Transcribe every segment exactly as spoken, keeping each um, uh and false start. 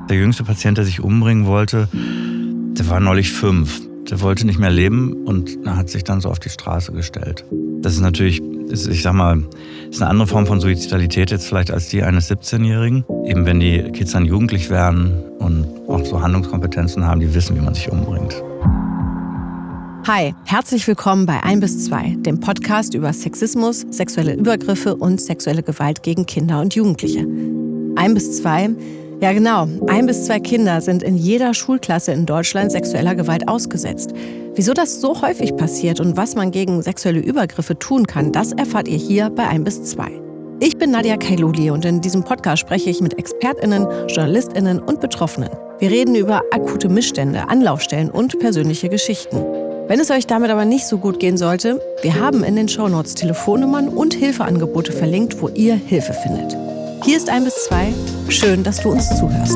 Der jüngste Patient, der sich umbringen wollte, der war neulich fünf. Der wollte nicht mehr leben und hat sich dann so auf die Straße gestellt. Das ist natürlich, ich sag mal, ist eine andere Form von Suizidalität jetzt vielleicht als die eines siebzehnjährigen. Eben wenn die Kids dann jugendlich werden und auch so Handlungskompetenzen haben, die wissen, wie man sich umbringt. Hi, herzlich willkommen bei eins bis zwei, dem Podcast über Sexismus, sexuelle Übergriffe und sexuelle Gewalt gegen Kinder und Jugendliche. eins bis zwei, ja genau, ein bis zwei Kinder sind in jeder Schulklasse in Deutschland sexueller Gewalt ausgesetzt. Wieso das so häufig passiert und was man gegen sexuelle Übergriffe tun kann, das erfahrt ihr hier bei eins bis zwei. Ich bin Nadia Kailuli und in diesem Podcast spreche ich mit ExpertInnen, JournalistInnen und Betroffenen. Wir reden über akute Missstände, Anlaufstellen und persönliche Geschichten. Wenn es euch damit aber nicht so gut gehen sollte, wir haben in den Shownotes Telefonnummern und Hilfeangebote verlinkt, wo ihr Hilfe findet. Hier ist eins bis zwei. Schön, dass du uns zuhörst.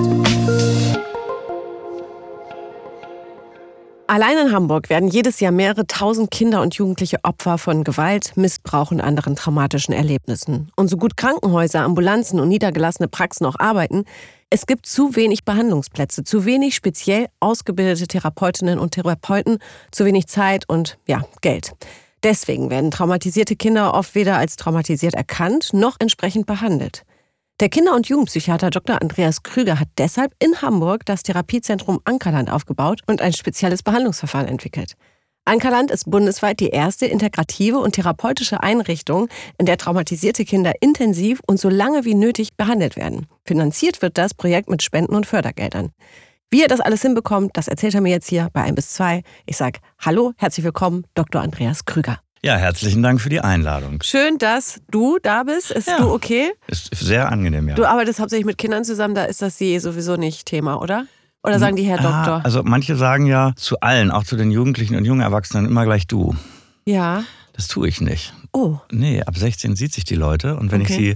Allein in Hamburg werden jedes Jahr mehrere tausend Kinder und Jugendliche Opfer von Gewalt, Missbrauch und anderen traumatischen Erlebnissen. Und so gut Krankenhäuser, Ambulanzen und niedergelassene Praxen auch arbeiten, es gibt zu wenig Behandlungsplätze, zu wenig speziell ausgebildete Therapeutinnen und Therapeuten, zu wenig Zeit und ja, Geld. Deswegen werden traumatisierte Kinder oft weder als traumatisiert erkannt, noch entsprechend behandelt. Der Kinder- und Jugendpsychiater Doktor Andreas Krüger hat deshalb in Hamburg das Therapiezentrum Ankerland aufgebaut und ein spezielles Behandlungsverfahren entwickelt. Ankerland ist bundesweit die erste integrative und therapeutische Einrichtung, in der traumatisierte Kinder intensiv und so lange wie nötig behandelt werden. Finanziert wird das Projekt mit Spenden und Fördergeldern. Wie er das alles hinbekommt, das erzählt er mir jetzt hier bei eins bis zwei. Ich sage Hallo, herzlich willkommen, Doktor Andreas Krüger. Ja, herzlichen Dank für die Einladung. Schön, dass du da bist. Ist ja. Du okay? Ist sehr angenehm, ja. Du arbeitest hauptsächlich mit Kindern zusammen, da ist das sie sowieso nicht Thema, oder? Oder sagen die Herr ah, Doktor? Also manche sagen ja zu allen, auch zu den Jugendlichen und jungen Erwachsenen, immer gleich du. Ja. Das tue ich nicht. Oh. Nee, ab sechzehn sieht sich die Leute und wenn okay. ich sie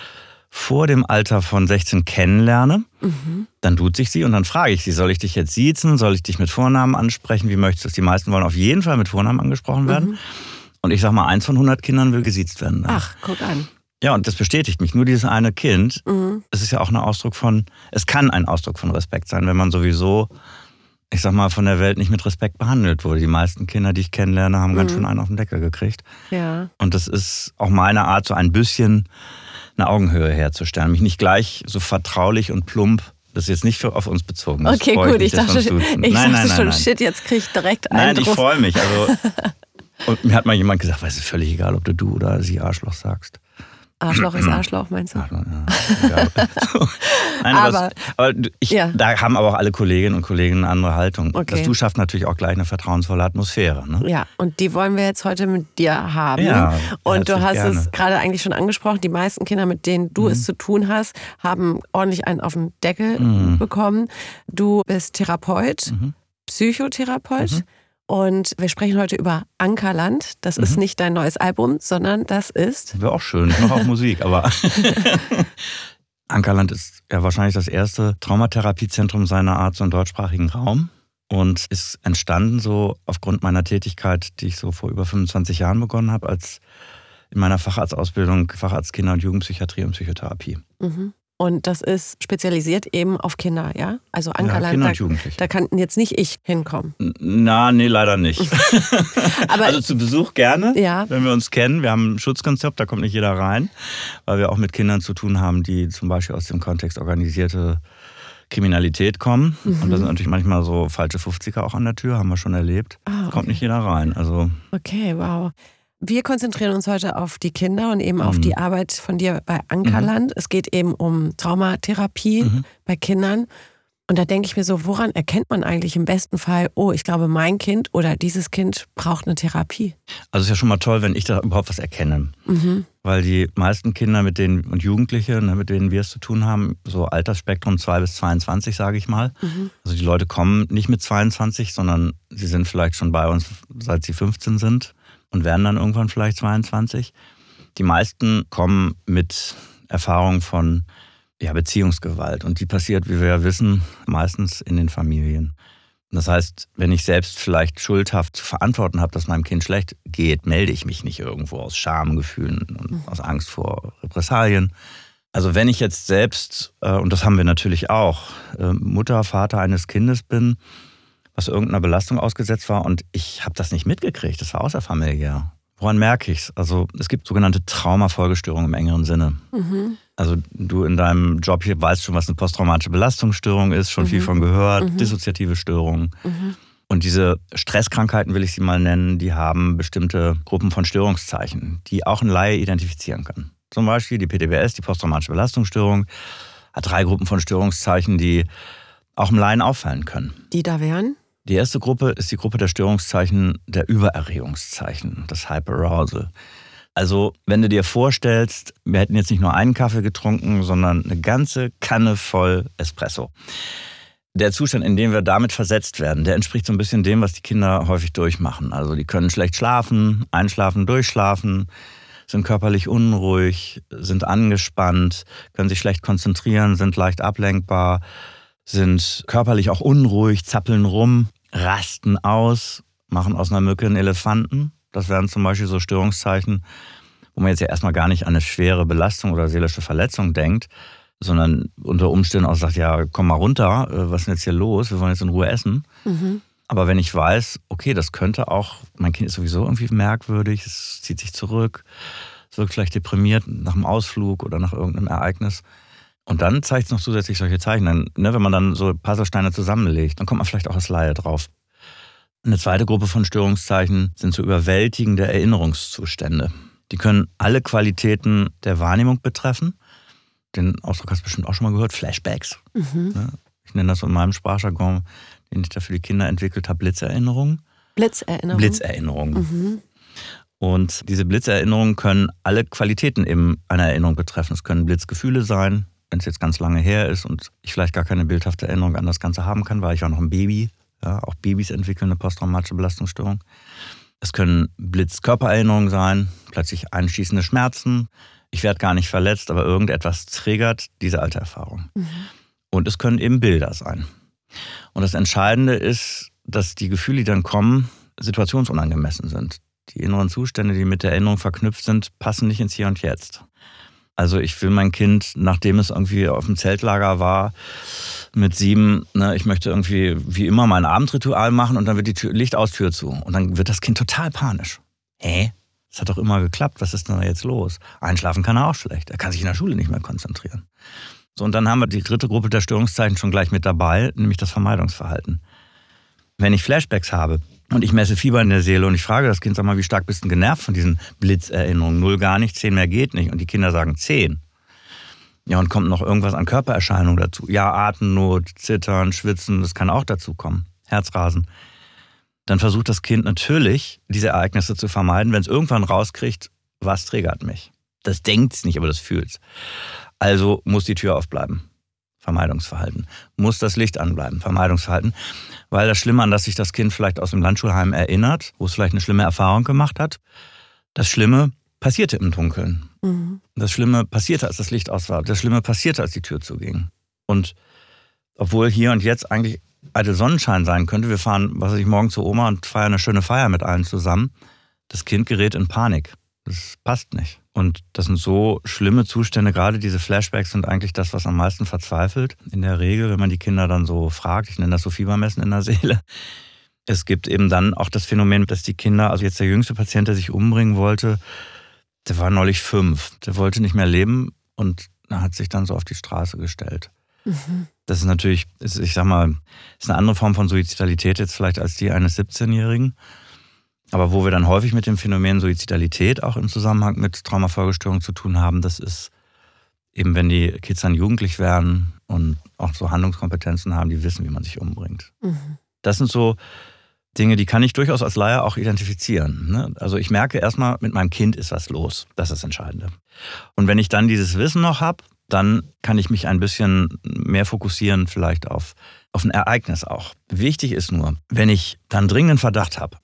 vor dem Alter von sechzehn kennenlerne, mhm. dann duze ich sie und dann frage ich sie, soll ich dich jetzt siezen, soll ich dich mit Vornamen ansprechen, wie möchtest du es? Die meisten wollen auf jeden Fall mit Vornamen angesprochen werden. Mhm. Und ich sag mal, eins von hundert Kindern will gesiezt werden. Dann. Ach, guck an. Ja, und das bestätigt mich. Nur dieses eine Kind, mhm. es ist ja auch ein Ausdruck von, es kann ein Ausdruck von Respekt sein, wenn man sowieso, ich sag mal, von der Welt nicht mit Respekt behandelt wurde. Die meisten Kinder, die ich kennenlerne, haben mhm. ganz schön einen auf den Deckel gekriegt. Ja. Und das ist auch meine Art, so ein bisschen eine Augenhöhe herzustellen. Mich nicht gleich so vertraulich und plump. Das ist jetzt nicht für, auf uns bezogen. Das okay, gut. Mich, ich dachte, ich nein, dachte nein, nein, schon, nein. shit, jetzt krieg ich direkt einen Nein, ich drauf. freue mich. Also, und mir hat mal jemand gesagt, es ist völlig egal, ob du du oder sie Arschloch sagst. Arschloch ist Arschloch, meinst du? Arschloch, ja. Egal. Nein, aber das, aber ich, ja. da haben aber auch alle Kolleginnen und Kollegen eine andere Haltung. Okay. Das Du schafft natürlich auch gleich eine vertrauensvolle Atmosphäre. Ne? Ja, und die wollen wir jetzt heute mit dir haben. Ja, und du hast gerne. es gerade eigentlich schon angesprochen, die meisten Kinder, mit denen du mhm. es zu tun hast, haben ordentlich einen auf den Deckel mhm. bekommen. Du bist Therapeut, mhm. Psychotherapeut. Mhm. Und wir sprechen heute über Ankerland. Das mhm. ist nicht dein neues Album, sondern das ist... Wäre auch schön, noch auch Musik, aber... Ankerland ist ja wahrscheinlich das erste Traumatherapiezentrum seiner Art so im deutschsprachigen Raum und ist entstanden so aufgrund meiner Tätigkeit, die ich so vor über fünfundzwanzig Jahren begonnen habe, als in meiner Facharztausbildung, Facharzt Kinder- und Jugendpsychiatrie und Psychotherapie. Mhm. Und das ist spezialisiert eben auf Kinder, ja? Also Ankerland, ja, Kinder und da, Jugendliche. Da kann jetzt nicht ich hinkommen. Na, nee, leider nicht. Aber also zu Besuch gerne, ja. wenn wir uns kennen. Wir haben ein Schutzkonzept, da kommt nicht jeder rein, weil wir auch mit Kindern zu tun haben, die zum Beispiel aus dem Kontext organisierte Kriminalität kommen. Mhm. Und da sind natürlich manchmal so falsche fünfziger auch an der Tür, haben wir schon erlebt. Ah, okay. Kommt nicht jeder rein. Also okay, wow. Wir konzentrieren uns heute auf die Kinder und eben mhm. auf die Arbeit von dir bei Ankerland. Mhm. Es geht eben um Traumatherapie mhm. bei Kindern. Und da denke ich mir so, woran erkennt man eigentlich im besten Fall, oh, ich glaube, mein Kind oder dieses Kind braucht eine Therapie? Also es ist ja schon mal toll, wenn ich da überhaupt was erkenne. Mhm. Weil die meisten Kinder mit denen und Jugendliche, mit denen wir es zu tun haben, so Altersspektrum zwei bis zweiundzwanzig, sage ich mal. Mhm. Also die Leute kommen nicht mit zweiundzwanzig, sondern sie sind vielleicht schon bei uns, seit sie fünfzehn sind. Und werden dann irgendwann vielleicht zweiundzwanzig. Die meisten kommen mit Erfahrung von ja, Beziehungsgewalt. Und die passiert, wie wir ja wissen, meistens in den Familien. Das heißt, wenn ich selbst vielleicht schuldhaft zu verantworten habe, dass meinem Kind schlecht geht, melde ich mich nicht irgendwo aus Schamgefühlen und aus Angst vor Repressalien, Also wenn ich jetzt selbst, und das haben wir natürlich auch, Mutter, Vater eines Kindes bin, was irgendeiner Belastung ausgesetzt war und ich habe das nicht mitgekriegt, das war außerfamiliär. Woran merke ich es? Also es gibt sogenannte Traumafolgestörungen im engeren Sinne. Mhm. Also du in deinem Job hier weißt schon, was eine posttraumatische Belastungsstörung ist, schon mhm. viel von gehört, mhm. dissoziative Störungen. Mhm. Und diese Stresskrankheiten, will ich sie mal nennen, die haben bestimmte Gruppen von Störungszeichen, die auch ein Laie identifizieren kann. Zum Beispiel die P T B S, die posttraumatische Belastungsstörung, hat drei Gruppen von Störungszeichen, die auch im Laien auffallen können. Die da wären? Die erste Gruppe ist die Gruppe der Störungszeichen der Übererregungszeichen, das Hyperarousal. Also wenn du dir vorstellst, wir hätten jetzt nicht nur einen Kaffee getrunken, sondern eine ganze Kanne voll Espresso. Der Zustand, in dem wir damit versetzt werden, der entspricht so ein bisschen dem, was die Kinder häufig durchmachen. Also die können schlecht schlafen, einschlafen, durchschlafen, sind körperlich unruhig, sind angespannt, können sich schlecht konzentrieren, sind leicht ablenkbar, sind körperlich auch unruhig, zappeln rum, rasten aus, machen aus einer Mücke einen Elefanten. Das wären zum Beispiel so Störungszeichen, wo man jetzt ja erstmal gar nicht an eine schwere Belastung oder seelische Verletzung denkt, sondern unter Umständen auch sagt, ja, komm mal runter, was ist denn jetzt hier los? Wir wollen jetzt in Ruhe essen. Mhm. Aber wenn ich weiß, okay, das könnte auch, mein Kind ist sowieso irgendwie merkwürdig, es zieht sich zurück, es wirkt vielleicht deprimiert nach einem Ausflug oder nach irgendeinem Ereignis. Und dann zeigt es noch zusätzlich solche Zeichen. Dann, ne, wenn man dann so Puzzlesteine zusammenlegt, dann kommt man vielleicht auch als Laie drauf. Eine zweite Gruppe von Störungszeichen sind so überwältigende Erinnerungszustände. Die können alle Qualitäten der Wahrnehmung betreffen. Den Ausdruck hast du bestimmt auch schon mal gehört, Flashbacks. Mhm. Ich nenne das so in meinem Sprachjargon, den ich da für die Kinder entwickelt habe, Blitzerinnerungen. Blitzerinnerungen? Blitzerinnerungen. Mhm. Und diese Blitzerinnerungen können alle Qualitäten eben einer Erinnerung betreffen. Es können Blitzgefühle sein, wenn es jetzt ganz lange her ist und ich vielleicht gar keine bildhafte Erinnerung an das Ganze haben kann, weil ich war noch ein Baby. Ja, auch Babys entwickeln eine posttraumatische Belastungsstörung. Es können Blitzkörpererinnerungen sein, plötzlich einschießende Schmerzen. Ich werde gar nicht verletzt, aber irgendetwas triggert diese alte Erfahrung. Mhm. Und es können eben Bilder sein. Und das Entscheidende ist, dass die Gefühle, die dann kommen, situationsunangemessen sind. Die inneren Zustände, die mit der Erinnerung verknüpft sind, passen nicht ins Hier und Jetzt. Also ich will mein Kind, nachdem es irgendwie auf dem Zeltlager war, mit sieben, ne, ich möchte irgendwie wie immer mein Abendritual machen und dann wird die Tür, Licht aus, Tür zu. Und dann wird das Kind total panisch. Hä? Das hat doch immer geklappt, was ist denn da jetzt los? Einschlafen kann er auch schlecht, er kann sich in der Schule nicht mehr konzentrieren. So, und dann haben wir die dritte Gruppe der Störungszeichen schon gleich mit dabei, nämlich das Vermeidungsverhalten. Wenn ich Flashbacks habe und ich messe Fieber in der Seele und ich frage das Kind, sag mal, wie stark bist du genervt von diesen Blitzerinnerungen? Null gar nicht, zehn mehr geht nicht. Und die Kinder sagen zehn. Ja, und kommt noch irgendwas an Körpererscheinungen dazu? Ja, Atemnot, Zittern, Schwitzen, das kann auch dazu kommen. Herzrasen. Dann versucht das Kind natürlich, diese Ereignisse zu vermeiden, wenn es irgendwann rauskriegt, was triggert mich. Das denkt es nicht, aber das fühlt es. Also muss die Tür aufbleiben. Vermeidungsverhalten. Muss das Licht anbleiben. Vermeidungsverhalten. Weil das Schlimme, an das sich das Kind vielleicht aus dem Landschulheim erinnert, wo es vielleicht eine schlimme Erfahrung gemacht hat, das Schlimme passierte im Dunkeln. Mhm. Das Schlimme passierte, als das Licht aus war. Das Schlimme passierte, als die Tür zuging. Und obwohl hier und jetzt eigentlich eitel Sonnenschein sein könnte, wir fahren, was weiß ich, morgen zu Oma und feiern eine schöne Feier mit allen zusammen, das Kind gerät in Panik. Das passt nicht. Und das sind so schlimme Zustände, gerade diese Flashbacks sind eigentlich das, was am meisten verzweifelt. In der Regel, wenn man die Kinder dann so fragt, ich nenne das so Fiebermessen in der Seele, es gibt eben dann auch das Phänomen, dass die Kinder, also jetzt der jüngste Patient, der sich umbringen wollte, der war neulich fünf, der wollte nicht mehr leben und hat sich dann so auf die Straße gestellt. Mhm. Das ist natürlich, ich sag mal, ist eine andere Form von Suizidalität jetzt vielleicht als die eines siebzehnjährigen. Aber wo wir dann häufig mit dem Phänomen Suizidalität auch im Zusammenhang mit Traumafolgestörungen zu tun haben, das ist eben, wenn die Kids dann jugendlich werden und auch so Handlungskompetenzen haben, die wissen, wie man sich umbringt. Mhm. Das sind so Dinge, die kann ich durchaus als Laie auch identifizieren. Ne? Also ich merke erstmal, mit meinem Kind ist was los. Das ist das Entscheidende. Und wenn ich dann dieses Wissen noch habe, dann kann ich mich ein bisschen mehr fokussieren vielleicht auf, auf ein Ereignis auch. Wichtig ist nur, wenn ich dann dringenden Verdacht habe,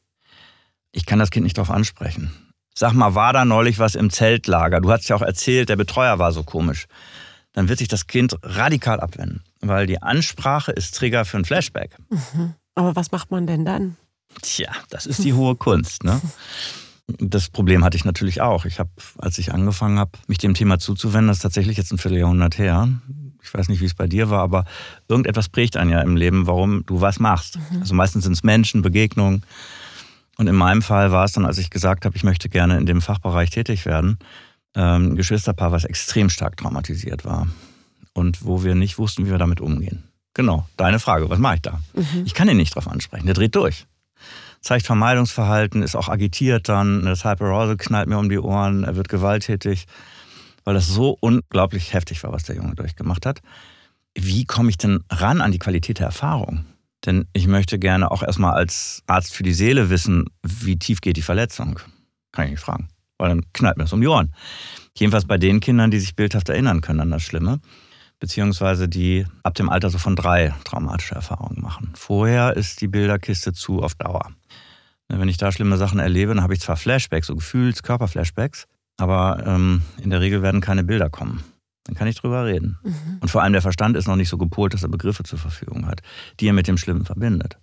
ich kann das Kind nicht darauf ansprechen. Sag mal, war da neulich was im Zeltlager? Du hast ja auch erzählt, der Betreuer war so komisch. Dann wird sich das Kind radikal abwenden, weil die Ansprache ist Trigger für ein Flashback. Mhm. Aber was macht man denn dann? Tja, das ist die hohe Kunst, ne? Das Problem hatte ich natürlich auch. Ich habe, als ich angefangen habe, mich dem Thema zuzuwenden, das ist tatsächlich jetzt ein Vierteljahrhundert her. Ich weiß nicht, wie es bei dir war, aber irgendetwas prägt einen ja im Leben, warum du was machst. Mhm. Also meistens sind es Menschen, Begegnungen. Und in meinem Fall war es dann, als ich gesagt habe, ich möchte gerne in dem Fachbereich tätig werden, ein Geschwisterpaar, was extrem stark traumatisiert war. Und wo wir nicht wussten, wie wir damit umgehen. Genau, deine Frage, was mache ich da? Mhm. Ich kann ihn nicht drauf ansprechen, der dreht durch. Zeigt Vermeidungsverhalten, ist auch agitiert dann, das Hyperarousal knallt mir um die Ohren, er wird gewalttätig, weil das so unglaublich heftig war, was der Junge durchgemacht hat. Wie komme ich denn ran an die Qualität der Erfahrung? Denn ich möchte gerne auch erstmal als Arzt für die Seele wissen, wie tief geht die Verletzung. Kann ich nicht fragen, weil dann knallt mir das um die Ohren. Jedenfalls bei den Kindern, die sich bildhaft erinnern können an das Schlimme, beziehungsweise die ab dem Alter so von drei traumatische Erfahrungen machen. Vorher ist die Bilderkiste zu auf Dauer. Wenn ich da schlimme Sachen erlebe, dann habe ich zwar Flashbacks, so Gefühls-, Körperflashbacks, aber ähm, in der Regel werden keine Bilder kommen. Dann kann ich drüber reden. Mhm. Und vor allem der Verstand ist noch nicht so gepolt, dass er Begriffe zur Verfügung hat, die er mit dem Schlimmen verbindet.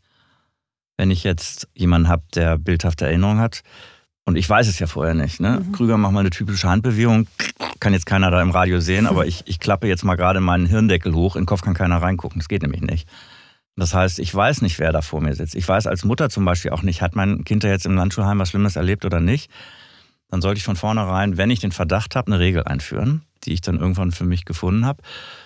Wenn ich jetzt jemanden habe, der bildhafte Erinnerung hat, und ich weiß es ja vorher nicht, ne? Mhm. Krüger macht mal eine typische Handbewegung, kann jetzt keiner da im Radio sehen, aber ich, ich klappe jetzt mal gerade meinen Hirndeckel hoch, in den Kopf kann keiner reingucken, das geht nämlich nicht. Das heißt, ich weiß nicht, wer da vor mir sitzt. Ich weiß als Mutter zum Beispiel auch nicht, hat mein Kind da jetzt im Landschulheim was Schlimmes erlebt oder nicht. Dann sollte ich von vornherein, wenn ich den Verdacht habe, eine Regel einführen, die ich dann irgendwann für mich gefunden habe.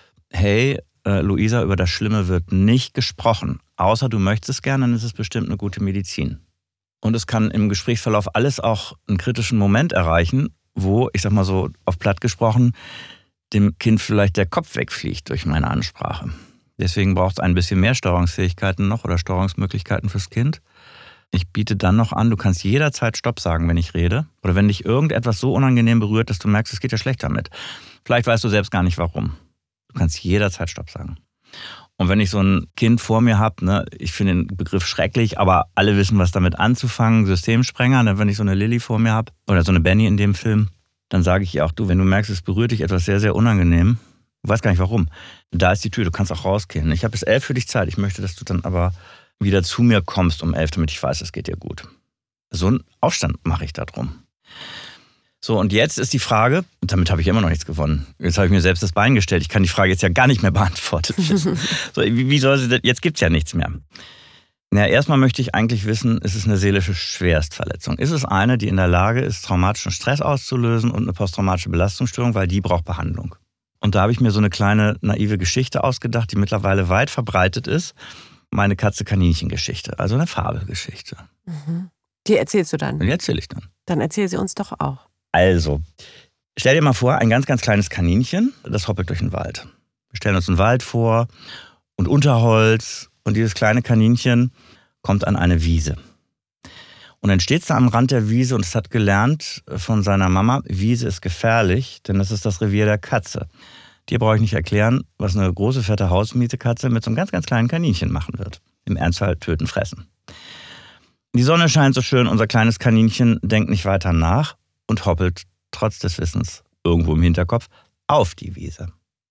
Hey, äh, Luisa, über das Schlimme wird nicht gesprochen. Außer du möchtest es gerne, dann ist es bestimmt eine gute Medizin. Und es kann im Gesprächsverlauf alles auch einen kritischen Moment erreichen, wo, ich sag mal so auf platt gesprochen, dem Kind vielleicht der Kopf wegfliegt durch meine Ansprache. Deswegen braucht es ein bisschen mehr Steuerungsfähigkeiten noch oder Steuerungsmöglichkeiten fürs Kind. Ich biete dann noch an, du kannst jederzeit Stopp sagen, wenn ich rede. Oder wenn dich irgendetwas so unangenehm berührt, dass du merkst, es geht dir schlecht damit. Vielleicht weißt du selbst gar nicht, warum. Du kannst jederzeit Stopp sagen. Und wenn ich so ein Kind vor mir habe, ne, ich finde den Begriff schrecklich, aber alle wissen, was damit anzufangen, Systemsprenger, ne, wenn ich so eine Lilly vor mir habe, oder so eine Benny in dem Film, dann sage ich ihr auch, du, wenn du merkst, es berührt dich etwas sehr, sehr unangenehm, du weißt gar nicht warum, da ist die Tür, du kannst auch rausgehen. Ich habe bis elf für dich Zeit, ich möchte, dass du dann aber wieder zu mir kommst um elf, damit ich weiß, es geht dir gut. So einen Aufstand mache ich da drum. So, und jetzt ist die Frage, und damit habe ich immer noch nichts gewonnen. Jetzt habe ich mir selbst das Bein gestellt. Ich kann die Frage jetzt ja gar nicht mehr beantwortet wissen. So, wie, wie soll sie das? Jetzt gibt es ja nichts mehr. Na, erstmal möchte ich eigentlich wissen, ist es eine seelische Schwerstverletzung? Ist es eine, die in der Lage ist, traumatischen Stress auszulösen und eine posttraumatische Belastungsstörung, weil die braucht Behandlung. Und da habe ich mir so eine kleine naive Geschichte ausgedacht, die mittlerweile weit verbreitet ist. Meine Katze-Kaninchen-Geschichte, also eine Fabelgeschichte. Mhm. Die erzählst du dann? Und die erzähle ich dann. Dann erzähl sie uns doch auch. Also, stell dir mal vor, ein ganz, ganz kleines Kaninchen, das hoppelt durch den Wald. Wir stellen uns einen Wald vor und Unterholz und dieses kleine Kaninchen kommt an eine Wiese. Und dann steht es da am Rand der Wiese und es hat gelernt von seiner Mama, Wiese ist gefährlich, denn das ist das Revier der Katze. Dir brauche ich nicht erklären, was eine große, fette Hausmietekatze mit so einem ganz, ganz kleinen Kaninchen machen wird. Im Ernstfall töten, fressen. Die Sonne scheint so schön, unser kleines Kaninchen denkt nicht weiter nach und hoppelt trotz des Wissens irgendwo im Hinterkopf auf die Wiese.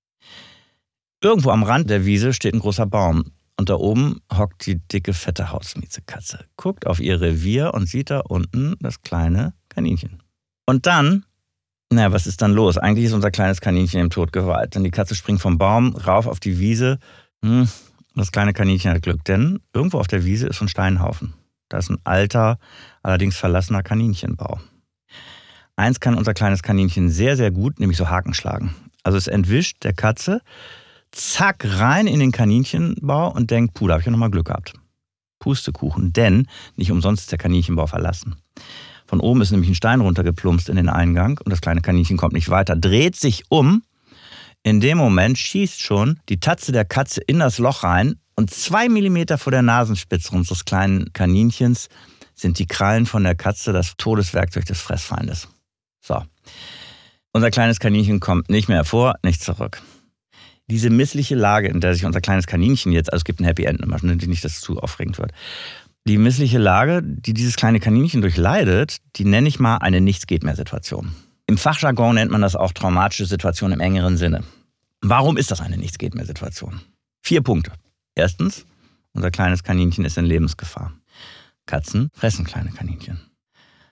Irgendwo am Rand der Wiese steht ein großer Baum und da oben hockt die dicke, fette Hausmietekatze, guckt auf ihr Revier und sieht da unten das kleine Kaninchen. Und dann, naja, was ist dann los? Eigentlich ist unser kleines Kaninchen im Tod geweiht, denn die Katze springt vom Baum rauf auf die Wiese. Hm, das kleine Kaninchen hat Glück, denn irgendwo auf der Wiese ist so ein Steinhaufen. Da ist ein alter, allerdings verlassener Kaninchenbau. Eins kann unser kleines Kaninchen sehr, sehr gut, nämlich so Haken schlagen. Also es entwischt der Katze, zack, rein in den Kaninchenbau und denkt, puh, da habe ich ja nochmal Glück gehabt. Pustekuchen, denn nicht umsonst ist der Kaninchenbau verlassen. Von oben ist nämlich ein Stein runtergeplumpst in den Eingang und das kleine Kaninchen kommt nicht weiter, dreht sich um. In dem Moment schießt schon die Tatze der Katze in das Loch rein und zwei Millimeter vor der Nasenspitze unseres kleinen Kaninchens sind die Krallen von der Katze das Todeswerkzeug des Fressfeindes. So, unser kleines Kaninchen kommt nicht mehr hervor, nicht zurück. Diese missliche Lage, in der sich unser kleines Kaninchen jetzt, also es gibt ein Happy End, nicht, dass es zu aufregend wird. Die missliche Lage, die dieses kleine Kaninchen durchleidet, die nenne ich mal eine Nichts-geht-mehr-Situation. Im Fachjargon nennt man das auch traumatische Situation im engeren Sinne. Warum ist das eine Nichts-geht-mehr-Situation? Vier Punkte. Erstens, unser kleines Kaninchen ist in Lebensgefahr. Katzen fressen kleine Kaninchen.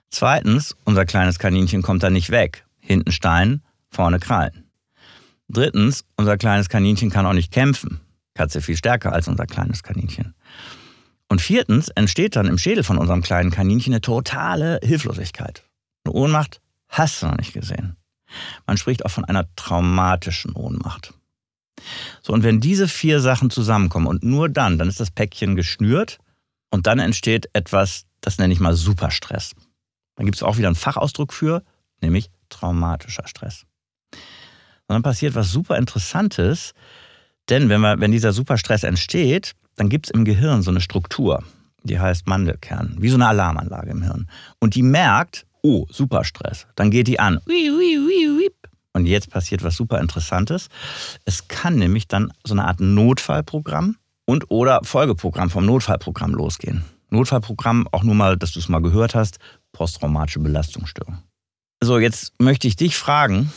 Zweitens, unser kleines Kaninchen kommt da nicht weg. Hinten Stein, vorne Krallen. Drittens, unser kleines Kaninchen kann auch nicht kämpfen. Katze viel stärker als unser kleines Kaninchen. Und viertens entsteht dann im Schädel von unserem kleinen Kaninchen eine totale Hilflosigkeit. Eine Ohnmacht hast du noch nicht gesehen. Man spricht auch von einer traumatischen Ohnmacht. So, und wenn diese vier Sachen zusammenkommen und nur dann, dann ist das Päckchen geschnürt und dann entsteht etwas, das nenne ich mal Superstress. Dann gibt es auch wieder einen Fachausdruck für, nämlich traumatischer Stress. Und dann passiert was super Interessantes, denn wenn, wir, wenn dieser Superstress entsteht, dann gibt es im Gehirn so eine Struktur, die heißt Mandelkern, wie so eine Alarmanlage im Hirn. Und die merkt, oh, Superstress, dann geht die an. Und jetzt passiert was super Interessantes. Es kann nämlich dann so eine Art Notfallprogramm und oder Folgeprogramm vom Notfallprogramm losgehen. Notfallprogramm, auch nur mal, dass du es mal gehört hast, posttraumatische Belastungsstörung. So, jetzt möchte ich dich fragen,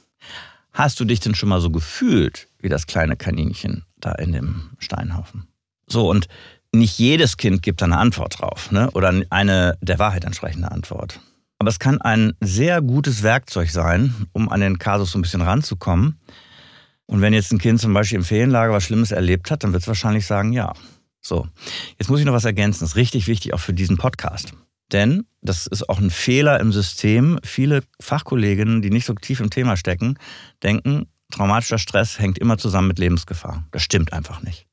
hast du dich denn schon mal so gefühlt wie das kleine Kaninchen da in dem Steinhaufen? So, und nicht jedes Kind gibt da eine Antwort drauf, ne? Oder eine der Wahrheit entsprechende Antwort. Aber es kann ein sehr gutes Werkzeug sein, um an den Kasus so ein bisschen ranzukommen. Und wenn jetzt ein Kind zum Beispiel im Ferienlager was Schlimmes erlebt hat, dann wird es wahrscheinlich sagen, ja. So, jetzt muss ich noch was ergänzen. Das ist richtig wichtig auch für diesen Podcast. Denn das ist auch ein Fehler im System. Viele Fachkolleginnen, die nicht so tief im Thema stecken, denken, traumatischer Stress hängt immer zusammen mit Lebensgefahr. Das stimmt einfach nicht.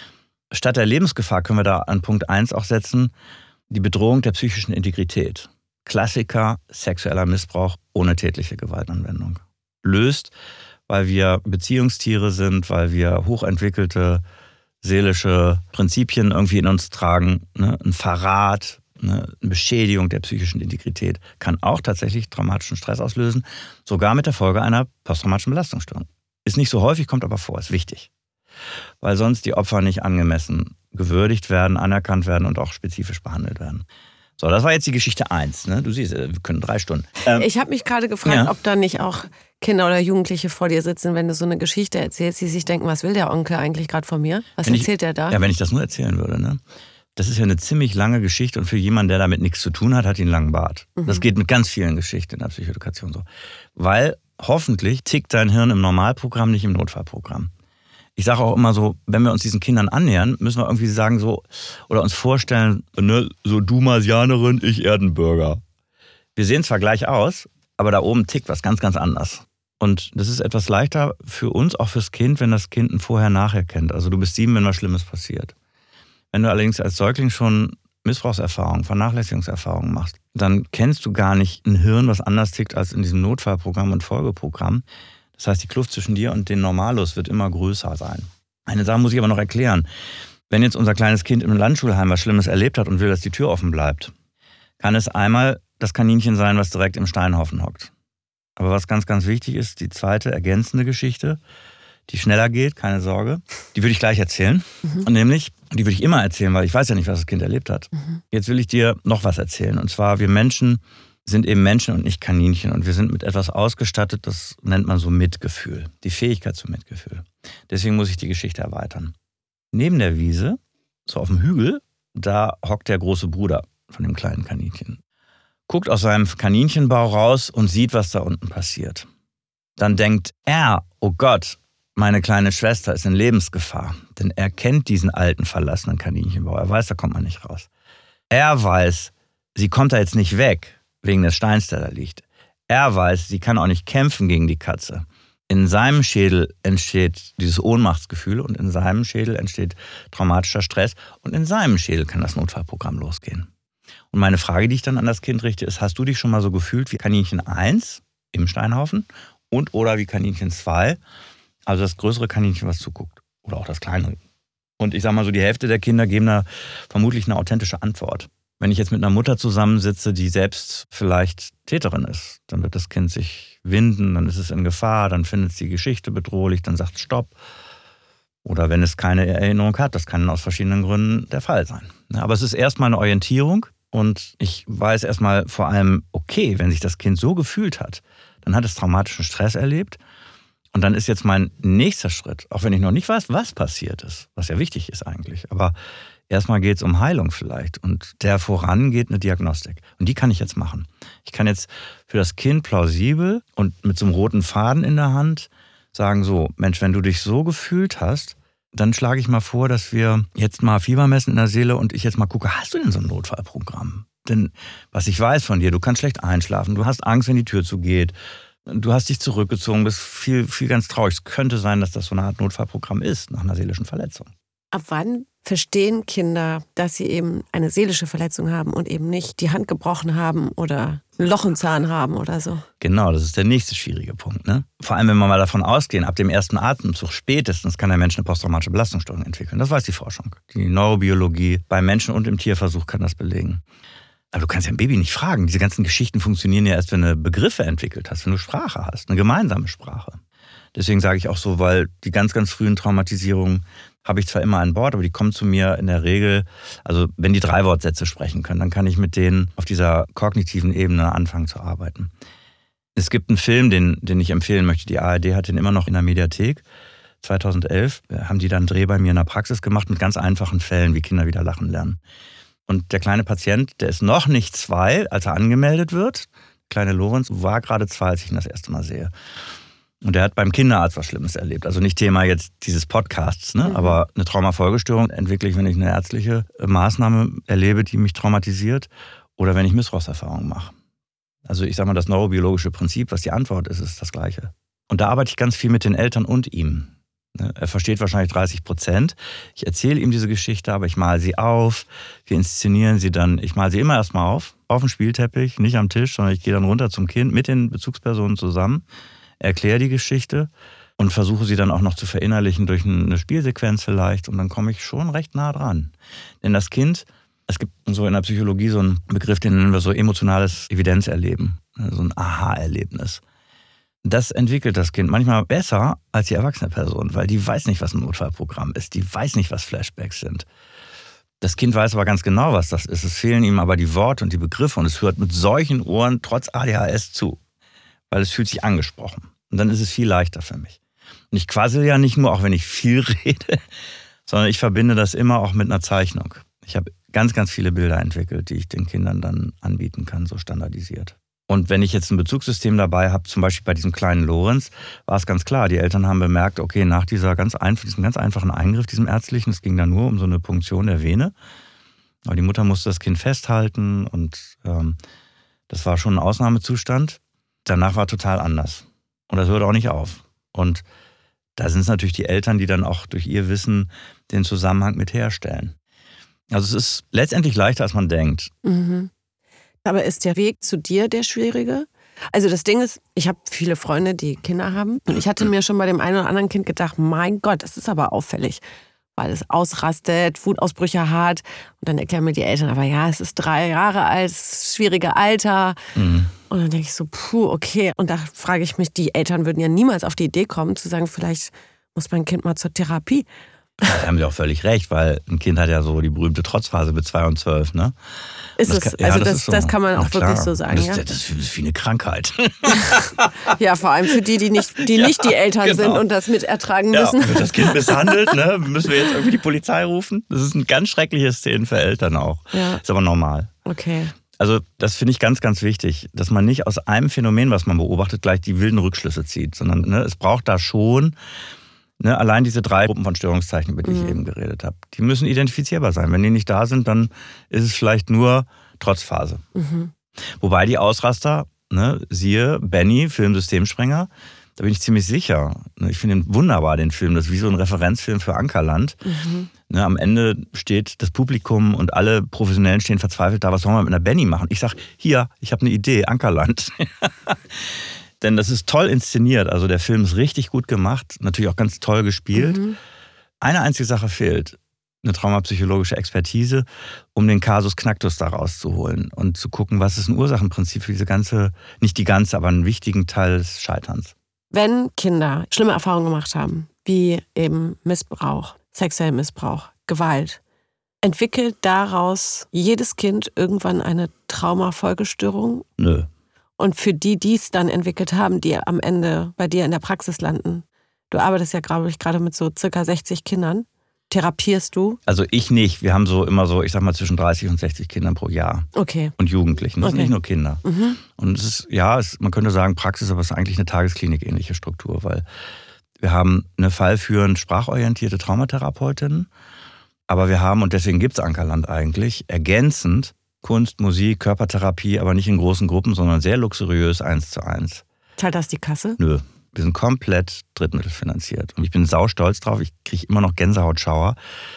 Statt der Lebensgefahr können wir da an Punkt eins auch setzen, die Bedrohung der psychischen Integrität. Klassiker, sexueller Missbrauch ohne tätliche Gewaltanwendung. Löst, weil wir Beziehungstiere sind, weil wir hochentwickelte seelische Prinzipien irgendwie in uns tragen. Ne? Ein Verrat, eine Beschädigung der psychischen Integrität kann auch tatsächlich traumatischen Stress auslösen, sogar mit der Folge einer posttraumatischen Belastungsstörung. Ist nicht so häufig, kommt aber vor, ist wichtig. Weil sonst die Opfer nicht angemessen gewürdigt werden, anerkannt werden und auch spezifisch behandelt werden. So, das war jetzt die Geschichte eins. Ne? Du siehst, wir können drei Stunden. Ähm, ich habe mich gerade gefragt, ja. ob da nicht auch Kinder oder Jugendliche vor dir sitzen, wenn du so eine Geschichte erzählst, die sich denken, was will der Onkel eigentlich gerade von mir? Was wenn erzählt ich, er da? Ja, wenn ich das nur erzählen würde. Ne? Das ist ja eine ziemlich lange Geschichte und für jemanden, der damit nichts zu tun hat, hat ihn einen langen Bart. Mhm. Das geht mit ganz vielen Geschichten in der Psychoedukation so. Weil hoffentlich tickt dein Hirn im Normalprogramm, nicht im Notfallprogramm. Ich sage auch immer so, wenn wir uns diesen Kindern annähern, müssen wir irgendwie sagen so, oder uns vorstellen, ne, so du Marsianerin, ich Erdenbürger. Wir sehen zwar gleich aus, aber da oben tickt was ganz, ganz anders. Und das ist etwas leichter für uns, auch fürs Kind, wenn das Kind ein Vorher-Nachher kennt. Also du bist sieben, wenn was Schlimmes passiert. Wenn du allerdings als Säugling schon Missbrauchserfahrungen, Vernachlässigungserfahrungen machst, dann kennst du gar nicht ein Hirn, was anders tickt als in diesem Notfallprogramm und Folgeprogramm. Das heißt, die Kluft zwischen dir und den Normalos wird immer größer sein. Eine Sache muss ich aber noch erklären. Wenn jetzt unser kleines Kind im Landschulheim was Schlimmes erlebt hat und will, dass die Tür offen bleibt, kann es einmal das Kaninchen sein, was direkt im Steinhaufen hockt. Aber was ganz, ganz wichtig ist, die zweite ergänzende Geschichte, die schneller geht, keine Sorge, die würde ich gleich erzählen. Mhm. Und nämlich, die würde ich immer erzählen, weil ich weiß ja nicht, was das Kind erlebt hat. Mhm. Jetzt will ich dir noch was erzählen. Und zwar, wir Menschen sind eben Menschen und nicht Kaninchen. Und wir sind mit etwas ausgestattet, das nennt man so Mitgefühl. Die Fähigkeit zum Mitgefühl. Deswegen muss ich die Geschichte erweitern. Neben der Wiese, so auf dem Hügel, da hockt der große Bruder von dem kleinen Kaninchen. Guckt aus seinem Kaninchenbau raus und sieht, was da unten passiert. Dann denkt er, oh Gott, meine kleine Schwester ist in Lebensgefahr. Denn er kennt diesen alten, verlassenen Kaninchenbau. Er weiß, da kommt man nicht raus. Er weiß, sie kommt da jetzt nicht weg, wegen des Steins, der da liegt. Er weiß, sie kann auch nicht kämpfen gegen die Katze. In seinem Schädel entsteht dieses Ohnmachtsgefühl und in seinem Schädel entsteht traumatischer Stress und in seinem Schädel kann das Notfallprogramm losgehen. Und meine Frage, die ich dann an das Kind richte, ist, hast du dich schon mal so gefühlt wie Kaninchen eins im Steinhaufen und oder wie Kaninchen zwei, also das größere Kaninchen, was zuguckt oder auch das kleinere? Und ich sag mal so, die Hälfte der Kinder geben da vermutlich eine authentische Antwort. Wenn ich jetzt mit einer Mutter zusammensitze, die selbst vielleicht Täterin ist, dann wird das Kind sich winden, dann ist es in Gefahr, dann findet es die Geschichte bedrohlich, dann sagt es Stopp. Oder wenn es keine Erinnerung hat, das kann aus verschiedenen Gründen der Fall sein. Aber es ist erstmal eine Orientierung und ich weiß erstmal vor allem, okay, wenn sich das Kind so gefühlt hat, dann hat es traumatischen Stress erlebt und dann ist jetzt mein nächster Schritt, auch wenn ich noch nicht weiß, was passiert ist, was ja wichtig ist eigentlich, aber Erstmal geht es um Heilung vielleicht und der vorangeht eine Diagnostik. Und die kann ich jetzt machen. Ich kann jetzt für das Kind plausibel und mit so einem roten Faden in der Hand sagen so, Mensch, wenn du dich so gefühlt hast, dann schlage ich mal vor, dass wir jetzt mal Fieber messen in der Seele und ich jetzt mal gucke, hast du denn so ein Notfallprogramm? Denn was ich weiß von dir, du kannst schlecht einschlafen, du hast Angst, wenn die Tür zugeht, du hast dich zurückgezogen, bist viel, viel ganz traurig. Es könnte sein, dass das so eine Art Notfallprogramm ist, nach einer seelischen Verletzung. Ab wann verstehen Kinder, dass sie eben eine seelische Verletzung haben und eben nicht die Hand gebrochen haben oder ein Loch im Zahn haben oder so? Genau, das ist der nächste schwierige Punkt. Ne? Vor allem, wenn wir mal davon ausgehen, ab dem ersten Atemzug spätestens kann der Mensch eine posttraumatische Belastungsstörung entwickeln. Das weiß die Forschung. Die Neurobiologie beim Menschen und im Tierversuch kann das belegen. Aber du kannst ja ein Baby nicht fragen. Diese ganzen Geschichten funktionieren ja erst, wenn du Begriffe entwickelt hast, wenn du Sprache hast, eine gemeinsame Sprache. Deswegen sage ich auch so, weil die ganz, ganz frühen Traumatisierungen habe ich zwar immer an Bord, aber die kommen zu mir in der Regel, also wenn die drei Wortsätze sprechen können, dann kann ich mit denen auf dieser kognitiven Ebene anfangen zu arbeiten. Es gibt einen Film, den, den ich empfehlen möchte, die A R D hat den immer noch in der Mediathek. zweitausendelf haben die dann einen Dreh bei mir in der Praxis gemacht mit ganz einfachen Fällen, wie Kinder wieder lachen lernen. Und der kleine Patient, der ist noch nicht zwei, als er angemeldet wird. Kleine Lorenz war gerade zwei, als ich ihn das erste Mal sehe. Und der hat beim Kinderarzt was Schlimmes erlebt. Also nicht Thema jetzt dieses Podcasts, ne? Mhm. Aber eine Traumafolgestörung entwickle ich, wenn ich eine ärztliche Maßnahme erlebe, die mich traumatisiert, oder wenn ich Missbrauchserfahrungen mache. Also ich sage mal, das neurobiologische Prinzip, was die Antwort ist, ist das Gleiche. Und da arbeite ich ganz viel mit den Eltern und ihm. Er versteht wahrscheinlich dreißig Prozent. Ich erzähle ihm diese Geschichte, aber ich male sie auf. Wir inszenieren sie dann. Ich male sie immer erstmal auf, auf dem Spielteppich, nicht am Tisch, sondern ich gehe dann runter zum Kind mit den Bezugspersonen zusammen, erkläre die Geschichte und versuche sie dann auch noch zu verinnerlichen durch eine Spielsequenz vielleicht. Und dann komme ich schon recht nah dran. Denn das Kind, es gibt so in der Psychologie so einen Begriff, den nennen wir so emotionales Evidenzerleben, so ein Aha-Erlebnis. Das entwickelt das Kind manchmal besser als die erwachsene Person, weil die weiß nicht, was ein Notfallprogramm ist. Die weiß nicht, was Flashbacks sind. Das Kind weiß aber ganz genau, was das ist. Es fehlen ihm aber die Worte und die Begriffe und es hört mit solchen Ohren trotz A D H S zu, weil es fühlt sich angesprochen. Und dann ist es viel leichter für mich. Und ich quassel ja nicht nur, auch wenn ich viel rede, sondern ich verbinde das immer auch mit einer Zeichnung. Ich habe ganz, ganz viele Bilder entwickelt, die ich den Kindern dann anbieten kann, so standardisiert. Und wenn ich jetzt ein Bezugssystem dabei habe, zum Beispiel bei diesem kleinen Lorenz, war es ganz klar, die Eltern haben bemerkt, okay, nach dieser ganz einf- diesem ganz einfachen Eingriff, diesem ärztlichen, es ging da nur um so eine Punktion der Vene, aber die Mutter musste das Kind festhalten und ähm, das war schon ein Ausnahmezustand. Danach war total anders und das hört auch nicht auf. Und da sind es natürlich die Eltern, die dann auch durch ihr Wissen den Zusammenhang mit herstellen. Also es ist letztendlich leichter, als man denkt. Mhm. Aber ist der Weg zu dir der schwierige? Also das Ding ist, ich habe viele Freunde, die Kinder haben. Und ich hatte mir schon bei dem einen oder anderen Kind gedacht, mein Gott, das ist aber auffällig. Weil es ausrastet, Wutausbrüche hat. Und dann erklären mir die Eltern, aber ja, es ist drei Jahre alt, schwierige Alter. Mhm. Und dann denke ich so, puh, okay. Und da frage ich mich, die Eltern würden ja niemals auf die Idee kommen, zu sagen, vielleicht muss mein Kind mal zur Therapie. Da haben Sie auch völlig recht, weil ein Kind hat ja so die berühmte Trotzphase mit zwei und zwölf, ne? Ist es, kann, ja, also das, das, so. das kann man auch wirklich so sagen. Das, ja? das ist wie eine Krankheit. Ja, vor allem für die, die nicht die, ja, nicht die Eltern genau. sind und das mitertragen müssen. Ja, wird das Kind misshandelt, ne? Müssen wir jetzt irgendwie die Polizei rufen? Das ist ein ganz schreckliches Szenen für Eltern auch. Ja. Ist aber normal. Okay. Also das finde ich ganz, ganz wichtig, dass man nicht aus einem Phänomen, was man beobachtet, gleich die wilden Rückschlüsse zieht, sondern ne, es braucht da schon Ne, allein diese drei Gruppen von Störungszeichen, über die mhm. ich eben geredet habe, die müssen identifizierbar sein. Wenn die nicht da sind, dann ist es vielleicht nur Trotzphase. Mhm. Wobei die Ausraster, ne, siehe Benny, Film Systemsprenger, da bin ich ziemlich sicher. Ich finde ihn wunderbar, den Film. Das ist wie so ein Referenzfilm für Ankerland. Mhm. Ne, am Ende steht das Publikum und alle Professionellen stehen verzweifelt da, was sollen wir mit einer Benny machen? Ich sage, hier, ich habe eine Idee, Ankerland. Denn das ist toll inszeniert, also der Film ist richtig gut gemacht, natürlich auch ganz toll gespielt. Mhm. Eine einzige Sache fehlt, eine traumapsychologische Expertise, um den Kasus Knacktus da rauszuholen und zu gucken, was ist ein Ursachenprinzip für diese ganze, nicht die ganze, aber einen wichtigen Teil des Scheiterns. Wenn Kinder schlimme Erfahrungen gemacht haben, wie eben Missbrauch, sexuellen Missbrauch, Gewalt, entwickelt daraus jedes Kind irgendwann eine Traumafolgestörung? Nö. Und für die, die es dann entwickelt haben, die am Ende bei dir in der Praxis landen, du arbeitest ja, glaube ich, gerade mit so circa sechzig Kindern. Therapierst du? Also ich nicht. Wir haben so immer so, ich sag mal, zwischen dreißig und sechzig Kindern pro Jahr. Okay. Und Jugendlichen. Das okay. sind nicht nur Kinder. Mhm. Und es ist, ja, es, man könnte sagen Praxis, aber es ist eigentlich eine Tagesklinik-ähnliche Struktur, weil wir haben eine fallführend sprachorientierte Traumatherapeutin, aber wir haben, und deswegen gibt es Ankerland eigentlich, ergänzend Kunst, Musik, Körpertherapie, aber nicht in großen Gruppen, sondern sehr luxuriös, eins zu eins. Zahlt das die Kasse? Nö. Wir sind komplett drittmittelfinanziert. Und ich bin saustolz drauf. Ich kriege immer noch Gänsehautschauer.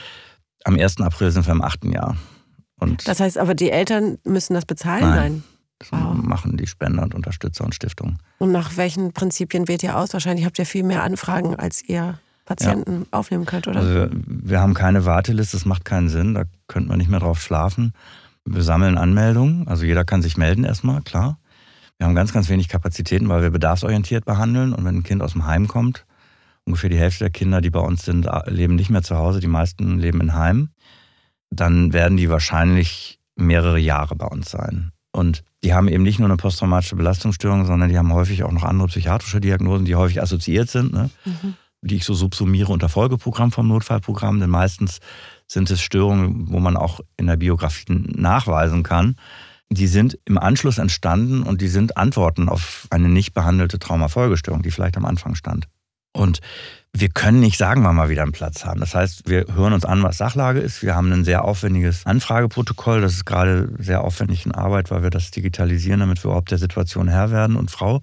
Am ersten April sind wir im achten Jahr. Und das heißt aber, die Eltern müssen das bezahlen? Nein. Nein. Das wow. machen die Spender und Unterstützer und Stiftungen. Und nach welchen Prinzipien wählt ihr aus? Wahrscheinlich habt ihr viel mehr Anfragen, als ihr Patienten ja. aufnehmen könnt, oder? Also wir, wir haben keine Warteliste, das macht keinen Sinn. Da könnte man nicht mehr drauf schlafen. Wir sammeln Anmeldungen. Also jeder kann sich melden erstmal, klar. Wir haben ganz, ganz wenig Kapazitäten, weil wir bedarfsorientiert behandeln. Und wenn ein Kind aus dem Heim kommt, ungefähr die Hälfte der Kinder, die bei uns sind, leben nicht mehr zu Hause. Die meisten leben in Heim. Dann werden die wahrscheinlich mehrere Jahre bei uns sein. Und die haben eben nicht nur eine posttraumatische Belastungsstörung, sondern die haben häufig auch noch andere psychiatrische Diagnosen, die häufig assoziiert sind, ne? Mhm. Die ich so subsumiere unter Folgeprogramm vom Notfallprogramm. Denn meistens sind es Störungen, wo man auch in der Biografie nachweisen kann, die sind im Anschluss entstanden und die sind Antworten auf eine nicht behandelte Traumafolgestörung, die vielleicht am Anfang stand. Und wir können nicht sagen, wann wir wieder einen Platz haben. Das heißt, wir hören uns an, was Sachlage ist. Wir haben ein sehr aufwendiges Anfrageprotokoll. Das ist gerade sehr aufwendig in Arbeit, weil wir das digitalisieren, damit wir überhaupt der Situation Herr werden und Frau.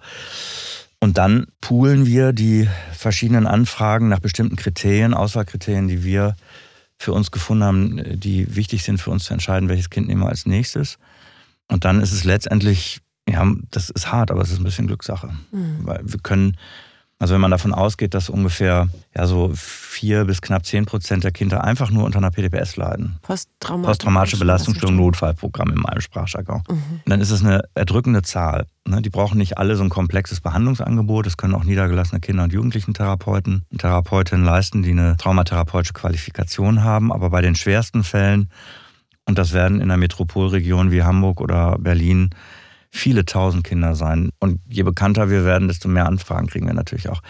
Und dann poolen wir die verschiedenen Anfragen nach bestimmten Kriterien, Auswahlkriterien, die wir für uns gefunden haben, die wichtig sind für uns zu entscheiden, welches Kind nehmen wir als nächstes. Und dann ist es letztendlich, ja, das ist hart, aber es ist ein bisschen Glückssache. Mhm. Weil wir können, also wenn man davon ausgeht, dass ungefähr ja so vier bis knapp zehn Prozent der Kinder einfach nur unter einer P T B S leiden. Posttraumatische, Posttraumatische Belastungsstörung, Notfallprogramm in meinem Sprachjargon. Mhm. Dann ist es eine erdrückende Zahl. Die brauchen nicht alle so ein komplexes Behandlungsangebot. Das können auch niedergelassene Kinder- und Jugendlichen-Therapeuten und Therapeutinnen leisten, die eine traumatherapeutische Qualifikation haben. Aber bei den schwersten Fällen, und das werden in einer Metropolregion wie Hamburg oder Berlin viele tausend Kinder sein. Und je bekannter wir werden, desto mehr Anfragen kriegen wir natürlich auch.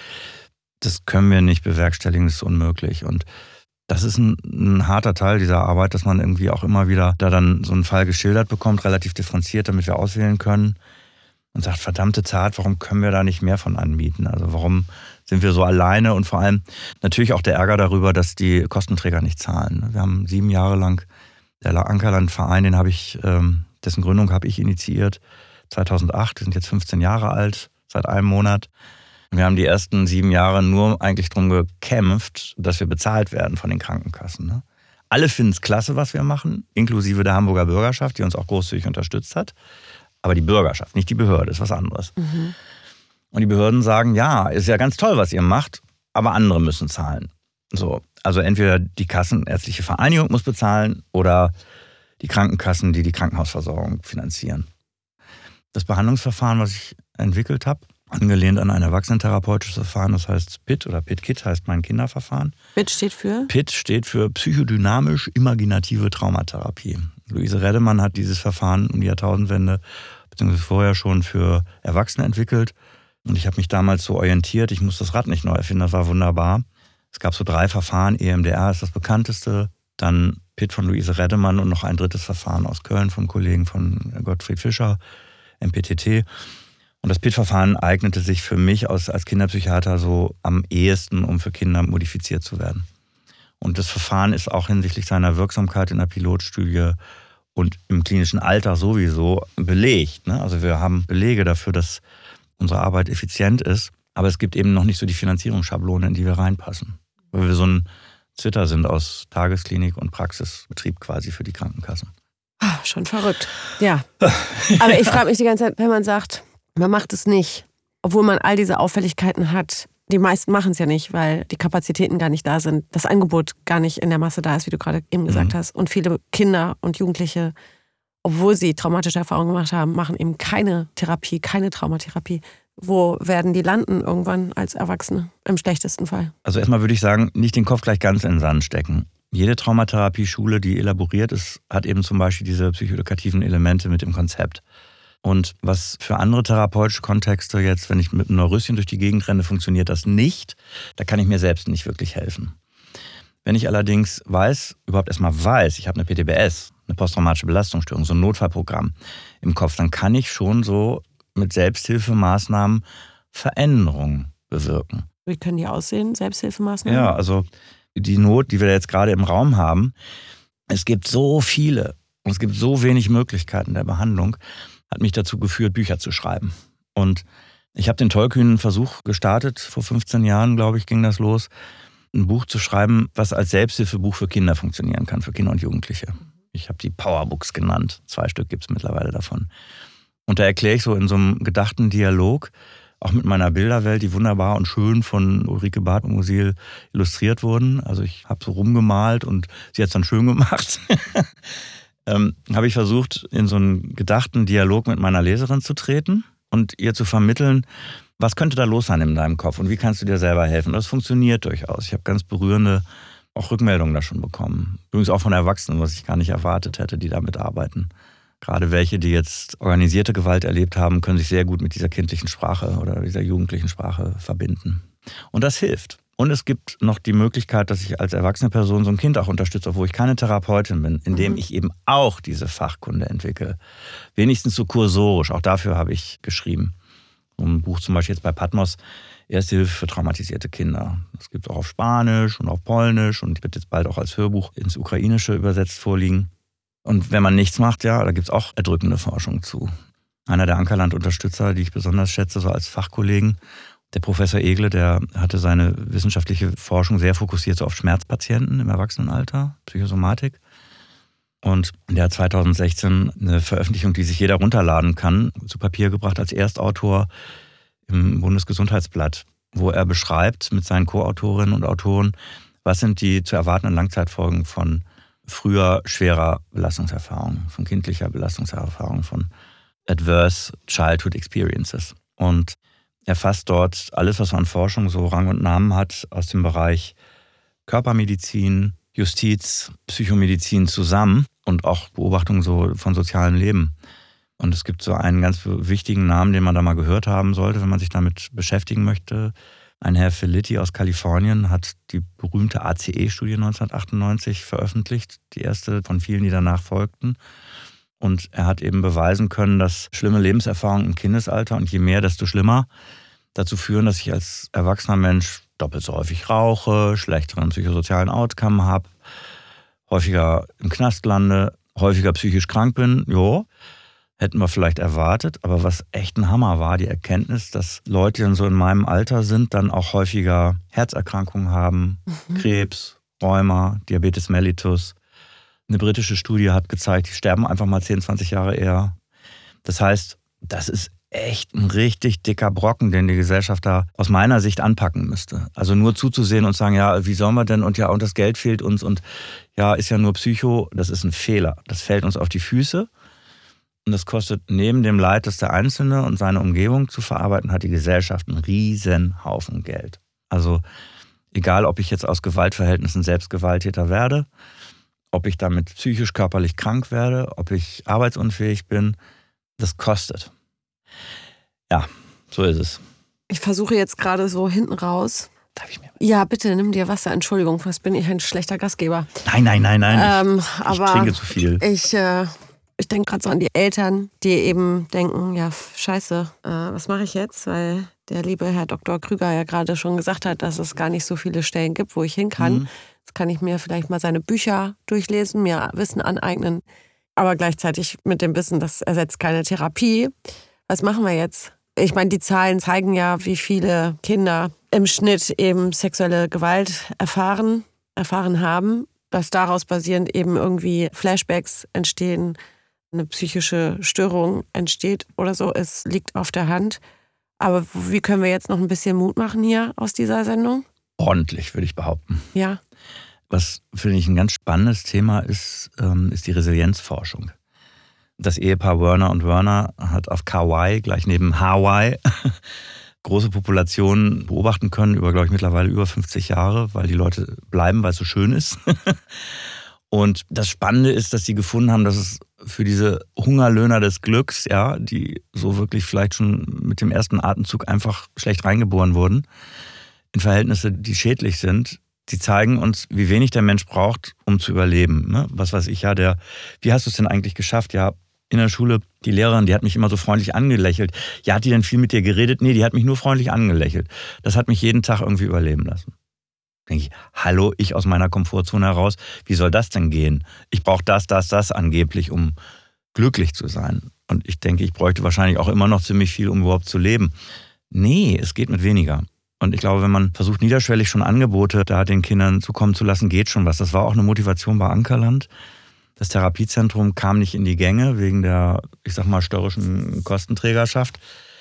Das können wir nicht bewerkstelligen, das ist unmöglich. Und das ist ein, ein harter Teil dieser Arbeit, dass man irgendwie auch immer wieder da dann so einen Fall geschildert bekommt, relativ differenziert, damit wir auswählen können. Und sagt, verdammte Tat, warum können wir da nicht mehr von anbieten? Also warum sind wir so alleine? Und vor allem natürlich auch der Ärger darüber, dass die Kostenträger nicht zahlen. Wir haben sieben Jahre lang, der Ankerland-Verein, den habe ich, dessen Gründung habe ich initiiert, zweitausendacht. Wir sind jetzt fünfzehn Jahre alt, seit einem Monat. Wir haben die ersten sieben Jahre nur eigentlich darum gekämpft, dass wir bezahlt werden von den Krankenkassen. Ne? Alle finden es klasse, was wir machen, inklusive der Hamburger Bürgerschaft, die uns auch großzügig unterstützt hat. Aber die Bürgerschaft, nicht die Behörde, ist was anderes. Mhm. Und die Behörden sagen, ja, ist ja ganz toll, was ihr macht, aber andere müssen zahlen. So, also entweder die Kassenärztliche Vereinigung muss bezahlen oder die Krankenkassen, die die Krankenhausversorgung finanzieren. Das Behandlungsverfahren, was ich entwickelt habe, angelehnt an ein erwachsenentherapeutisches Verfahren, das heißt P I T oder P I T-Kit, heißt mein Kinderverfahren. P I T steht für? P I T steht für psychodynamisch-imaginative Traumatherapie. Luise Reddemann hat dieses Verfahren um die Jahrtausendwende, beziehungsweise vorher schon für Erwachsene entwickelt. Und ich habe mich damals so orientiert, ich muss das Rad nicht neu erfinden, das war wunderbar. Es gab so drei Verfahren, E M D R ist das bekannteste, dann P I T von Luise Reddemann und noch ein drittes Verfahren aus Köln vom Kollegen von Gottfried Fischer, M P T T. Und das P I T-Verfahren eignete sich für mich als, als Kinderpsychiater so am ehesten, um für Kinder modifiziert zu werden. Und das Verfahren ist auch hinsichtlich seiner Wirksamkeit in der Pilotstudie und im klinischen Alltag sowieso belegt. Ne? Also wir haben Belege dafür, dass unsere Arbeit effizient ist, aber es gibt eben noch nicht so die Finanzierungsschablone, in die wir reinpassen. Weil wir so ein Zwitter sind aus Tagesklinik und Praxisbetrieb quasi für die Krankenkassen. Ah, schon verrückt. Ja. Aber ich frage mich die ganze Zeit, wenn man sagt, man macht es nicht, obwohl man all diese Auffälligkeiten hat. Die meisten machen es ja nicht, weil die Kapazitäten gar nicht da sind, das Angebot gar nicht in der Masse da ist, wie du gerade eben gesagt mhm. hast. Und viele Kinder und Jugendliche, obwohl sie traumatische Erfahrungen gemacht haben, machen eben keine Therapie, keine Traumatherapie. Wo werden die landen irgendwann als Erwachsene, im schlechtesten Fall? Also erstmal würde ich sagen, nicht den Kopf gleich ganz in den Sand stecken. Jede Traumatherapie-Schule, die elaboriert ist, hat eben zum Beispiel diese psychoedukativen Elemente mit dem Konzept. Und was für andere therapeutische Kontexte jetzt, wenn ich mit einem Neurüschen durch die Gegend renne, funktioniert das nicht. Da kann ich mir selbst nicht wirklich helfen. Wenn ich allerdings weiß, überhaupt erstmal weiß, ich habe eine P T B S, eine posttraumatische Belastungsstörung, so ein Notfallprogramm im Kopf, dann kann ich schon so mit Selbsthilfemaßnahmen Veränderungen bewirken. Wie können die aussehen, Selbsthilfemaßnahmen? Ja, also die Not, die wir jetzt gerade im Raum haben, es gibt so viele und es gibt so wenig Möglichkeiten der Behandlung, hat mich dazu geführt, Bücher zu schreiben. Und ich habe den tollkühnen Versuch gestartet, vor fünfzehn Jahren, glaube ich, ging das los, ein Buch zu schreiben, was als Selbsthilfebuch für Kinder funktionieren kann, für Kinder und Jugendliche. Ich habe die Powerbooks genannt, zwei Stück gibt es mittlerweile davon. Und da erkläre ich so in so einem gedachten Dialog, auch mit meiner Bilderwelt, die wunderbar und schön von Ulrike Barth und Musil illustriert wurden. Also ich habe so rumgemalt und sie hat es dann schön gemacht. ähm, habe ich versucht, in so einen gedachten Dialog mit meiner Leserin zu treten und ihr zu vermitteln, was könnte da los sein in deinem Kopf und wie kannst du dir selber helfen. Das funktioniert durchaus. Ich habe ganz berührende auch Rückmeldungen da schon bekommen. Übrigens auch von Erwachsenen, was ich gar nicht erwartet hätte, die damit arbeiten. Gerade welche, die jetzt organisierte Gewalt erlebt haben, können sich sehr gut mit dieser kindlichen Sprache oder dieser jugendlichen Sprache verbinden. Und das hilft. Und es gibt noch die Möglichkeit, dass ich als erwachsene Person so ein Kind auch unterstütze, obwohl ich keine Therapeutin bin, indem mhm. ich eben auch diese Fachkunde entwickle. Wenigstens so kursorisch, auch dafür habe ich geschrieben. Ein Buch zum Beispiel jetzt bei Patmos, Erste Hilfe für traumatisierte Kinder. Das gibt es auch auf Spanisch und auf Polnisch und wird jetzt bald auch als Hörbuch ins Ukrainische übersetzt vorliegen. Und wenn man nichts macht, ja, da gibt es auch erdrückende Forschung zu. Einer der Ankerland-Unterstützer, die ich besonders schätze, so als Fachkollegen, der Professor Egle, der hatte seine wissenschaftliche Forschung sehr fokussiert so auf Schmerzpatienten im Erwachsenenalter, Psychosomatik. Und der hat zweitausendsechzehn eine Veröffentlichung, die sich jeder runterladen kann, zu Papier gebracht als Erstautor im Bundesgesundheitsblatt, wo er beschreibt mit seinen Co-Autorinnen und Autoren, was sind die zu erwartenden Langzeitfolgen von früher schwerer Belastungserfahrung, von kindlicher Belastungserfahrung, von Adverse Childhood Experiences. Und er fasst dort alles, was an Forschung so Rang und Namen hat, aus dem Bereich Körpermedizin, Justiz, Psychomedizin zusammen und auch Beobachtungen so von sozialem Leben. Und es gibt so einen ganz wichtigen Namen, den man da mal gehört haben sollte, wenn man sich damit beschäftigen möchte. Ein Herr Felitti aus Kalifornien hat die berühmte A C E-Studie neunzehnhundertachtundneunzig veröffentlicht, die erste von vielen, die danach folgten. Und er hat eben beweisen können, dass schlimme Lebenserfahrungen im Kindesalter und je mehr, desto schlimmer dazu führen, dass ich als erwachsener Mensch doppelt so häufig rauche, schlechteren psychosozialen Outcome habe, häufiger im Knast lande, häufiger psychisch krank bin. Jo, hätten wir vielleicht erwartet. Aber was echt ein Hammer war, die Erkenntnis, dass Leute, die dann so in meinem Alter sind, dann auch häufiger Herzerkrankungen haben, mhm. Krebs, Rheuma, Diabetes mellitus. Eine britische Studie hat gezeigt, die sterben einfach mal zehn, zwanzig Jahre eher. Das heißt, das ist echt ein richtig dicker Brocken, den die Gesellschaft da aus meiner Sicht anpacken müsste. Also nur zuzusehen und sagen, ja, wie sollen wir denn und ja, und das Geld fehlt uns und ja, ist ja nur Psycho, das ist ein Fehler. Das fällt uns auf die Füße und das kostet neben dem Leid, das der Einzelne und seine Umgebung zu verarbeiten, hat die Gesellschaft einen riesen Haufen Geld. Also egal, ob ich jetzt aus Gewaltverhältnissen selbst Gewalttäter werde, ob ich damit psychisch, körperlich krank werde, ob ich arbeitsunfähig bin, das kostet. Ja, so ist es. Ich versuche jetzt gerade so hinten raus. Darf ich mir? Ja, bitte, nimm dir Wasser. Entschuldigung, was bin ich ein schlechter Gastgeber. Nein, nein, nein, nein. Ähm, ich, aber ich trinke zu viel. Ich, äh, ich denke gerade so an die Eltern, die eben denken, ja, scheiße, äh, was mache ich jetzt? Weil der liebe Herr Doktor Krüger ja gerade schon gesagt hat, dass es gar nicht so viele Stellen gibt, wo ich hin kann. Mhm. Jetzt kann ich mir vielleicht mal seine Bücher durchlesen, mir Wissen aneignen. Aber gleichzeitig mit dem Wissen, das ersetzt keine Therapie. Was machen wir jetzt? Ich meine, die Zahlen zeigen ja, wie viele Kinder im Schnitt eben sexuelle Gewalt erfahren, erfahren haben, dass daraus basierend eben irgendwie Flashbacks entstehen, eine psychische Störung entsteht oder so. Es liegt auf der Hand. Aber wie können wir jetzt noch ein bisschen Mut machen hier aus dieser Sendung? Ordentlich, würde ich behaupten. Ja. Was, finde ich, ein ganz spannendes Thema ist, ist die Resilienzforschung. Das Ehepaar Werner und Werner hat auf Kauai, gleich neben Hawaii, große Populationen beobachten können, über, glaube ich, mittlerweile über fünfzig Jahre, weil die Leute bleiben, weil es so schön ist. Und das Spannende ist, dass sie gefunden haben, dass es für diese Hungerlöhner des Glücks, ja, die so wirklich vielleicht schon mit dem ersten Atemzug einfach schlecht reingeboren wurden, in Verhältnisse, die schädlich sind, Sie zeigen uns, wie wenig der Mensch braucht, um zu überleben. Ne? Was weiß ich, ja, der, wie hast du es denn eigentlich geschafft? Ja, in der Schule, die Lehrerin, die hat mich immer so freundlich angelächelt. Ja, hat die denn viel mit dir geredet? Nee, die hat mich nur freundlich angelächelt. Das hat mich jeden Tag irgendwie überleben lassen. Denke ich, hallo, ich aus meiner Komfortzone heraus, wie soll das denn gehen? Ich brauche das, das, das angeblich, um glücklich zu sein. Und ich denke, ich bräuchte wahrscheinlich auch immer noch ziemlich viel, um überhaupt zu leben. Nee, es geht mit weniger. Und ich glaube, wenn man versucht, niederschwellig schon Angebote da den Kindern zukommen zu lassen, geht schon was. Das war auch eine Motivation bei Ankerland. Das Therapiezentrum kam nicht in die Gänge wegen der, ich sag mal, störrischen Kostenträgerschaft,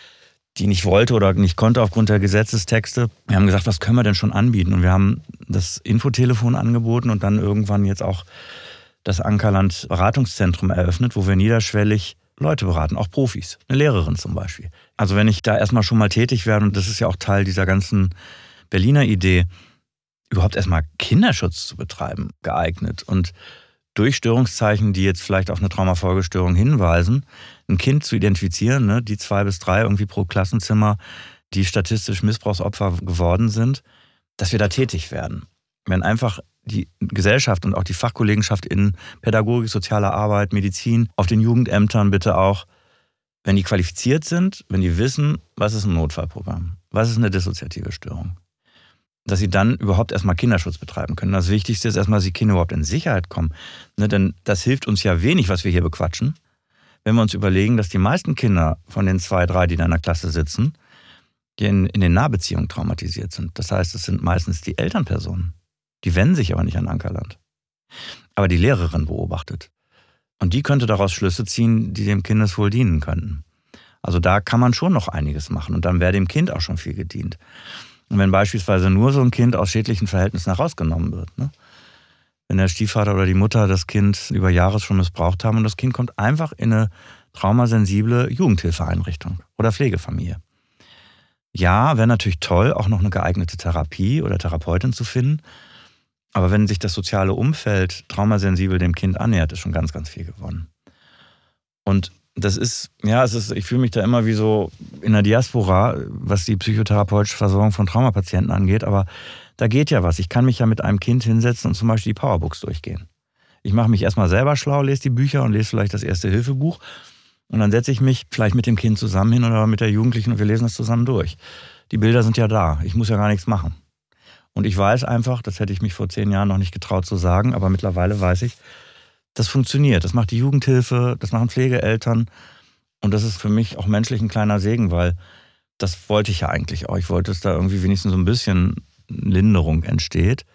die nicht wollte oder nicht konnte aufgrund der Gesetzestexte. Wir haben gesagt, was können wir denn schon anbieten? Und wir haben das Infotelefon angeboten und dann irgendwann jetzt auch das Ankerland Beratungszentrum eröffnet, wo wir niederschwellig Leute beraten, auch Profis, eine Lehrerin zum Beispiel. Also wenn ich da erstmal schon mal tätig werde, und das ist ja auch Teil dieser ganzen Berliner Idee, überhaupt erstmal Kinderschutz zu betreiben, geeignet und durch Störungszeichen, die jetzt vielleicht auf eine Traumafolgestörung hinweisen, ein Kind zu identifizieren, ne, die zwei bis drei irgendwie pro Klassenzimmer, die statistisch Missbrauchsopfer geworden sind, dass wir da tätig werden. Wenn einfach die Gesellschaft und auch die Fachkollegenschaft in Pädagogik, sozialer Arbeit, Medizin, auf den Jugendämtern bitte auch, wenn die qualifiziert sind, wenn die wissen, was ist ein Notfallprogramm, was ist eine dissoziative Störung, dass sie dann überhaupt erstmal Kinderschutz betreiben können. Das Wichtigste ist erstmal, dass die Kinder überhaupt in Sicherheit kommen. Ne, denn das hilft uns ja wenig, was wir hier bequatschen, wenn wir uns überlegen, dass die meisten Kinder von den zwei, drei, die in einer Klasse sitzen, die in, in den Nahbeziehungen traumatisiert sind. Das heißt, es sind meistens die Elternpersonen. Die wenden sich aber nicht an Ankerland. Aber die Lehrerin beobachtet. Und die könnte daraus Schlüsse ziehen, die dem Kindeswohl dienen könnten. Also da kann man schon noch einiges machen. Und dann wäre dem Kind auch schon viel gedient. Und wenn beispielsweise nur so ein Kind aus schädlichen Verhältnissen herausgenommen wird, ne? Wenn der Stiefvater oder die Mutter das Kind über Jahre schon missbraucht haben und das Kind kommt einfach in eine traumasensible Jugendhilfeeinrichtung oder Pflegefamilie. Ja, wäre natürlich toll, auch noch eine geeignete Therapie oder Therapeutin zu finden. Aber wenn sich das soziale Umfeld traumasensibel dem Kind annähert, ist schon ganz, ganz viel gewonnen. Und das ist, ja, es ist, ich fühle mich da immer wie so in der Diaspora, was die psychotherapeutische Versorgung von Traumapatienten angeht. Aber da geht ja was. Ich kann mich ja mit einem Kind hinsetzen und zum Beispiel die Powerbooks durchgehen. Ich mache mich erstmal selber schlau, lese die Bücher und lese vielleicht das Erste-Hilfe-Buch. Und dann setze ich mich vielleicht mit dem Kind zusammen hin oder mit der Jugendlichen und wir lesen das zusammen durch. Die Bilder sind ja da. Ich muss ja gar nichts machen. Und ich weiß einfach, das hätte ich mich vor zehn Jahren noch nicht getraut zu sagen, aber mittlerweile weiß ich, das funktioniert. Das macht die Jugendhilfe, das machen Pflegeeltern. Und das ist für mich auch menschlich ein kleiner Segen, weil das wollte ich ja eigentlich auch. Ich wollte, dass da irgendwie wenigstens so ein bisschen Linderung entsteht.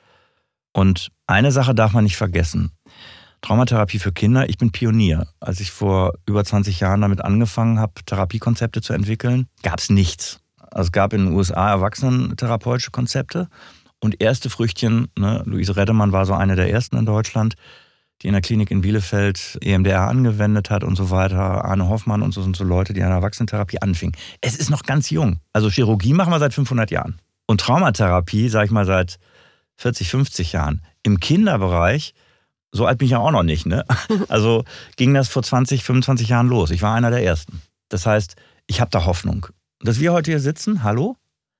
Und eine Sache darf man nicht vergessen. Traumatherapie für Kinder, ich bin Pionier. Als ich vor über zwanzig Jahren damit angefangen habe, Therapiekonzepte zu entwickeln, gab es nichts. Also es gab in den U S A erwachsenentherapeutische Konzepte und erste Früchtchen, ne, Luise Reddemann war so eine der ersten in Deutschland, die in der Klinik in Bielefeld E M D R angewendet hat und so weiter. Arne Hoffmann und so sind so Leute, die an der Erwachsenentherapie anfingen. Es ist noch ganz jung. Also Chirurgie machen wir seit fünfhundert Jahren. Und Traumatherapie, sage ich mal, seit vierzig, fünfzig Jahren. Im Kinderbereich, so alt bin ich ja auch noch nicht, ne? Also ging das vor zwanzig, fünfundzwanzig Jahren los. Ich war einer der Ersten. Das heißt, ich habe da Hoffnung. Dass wir heute hier sitzen, hallo?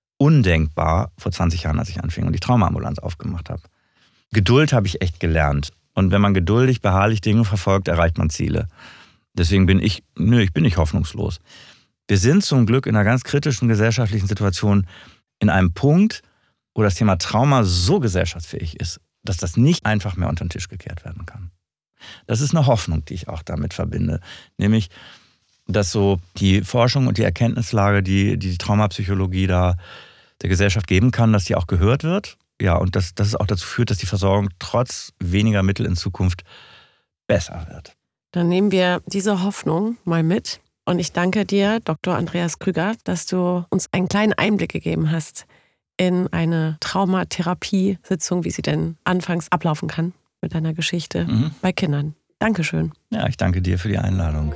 Undenkbar vor zwanzig Jahren, als ich anfing und die Traumaambulanz aufgemacht habe. Geduld habe ich echt gelernt. Und wenn man geduldig, beharrlich Dinge verfolgt, erreicht man Ziele. Deswegen bin ich, nö, ich bin nicht hoffnungslos. Wir sind zum Glück in einer ganz kritischen gesellschaftlichen Situation in einem Punkt, wo das Thema Trauma so gesellschaftsfähig ist, dass das nicht einfach mehr unter den Tisch gekehrt werden kann. Das ist eine Hoffnung, die ich auch damit verbinde. Nämlich, dass so die Forschung und die Erkenntnislage, die die Traumapsychologie da der Gesellschaft geben kann, dass die auch gehört wird. Ja, und dass, dass es auch dazu führt, dass die Versorgung trotz weniger Mittel in Zukunft besser wird. Dann nehmen wir diese Hoffnung mal mit. Und ich danke dir, Doktor Andreas Krüger, dass du uns einen kleinen Einblick gegeben hast in eine Traumatherapie-Sitzung, wie sie denn anfangs ablaufen kann mit deiner Geschichte mhm. bei Kindern. Dankeschön. Ja, ich danke dir für die Einladung.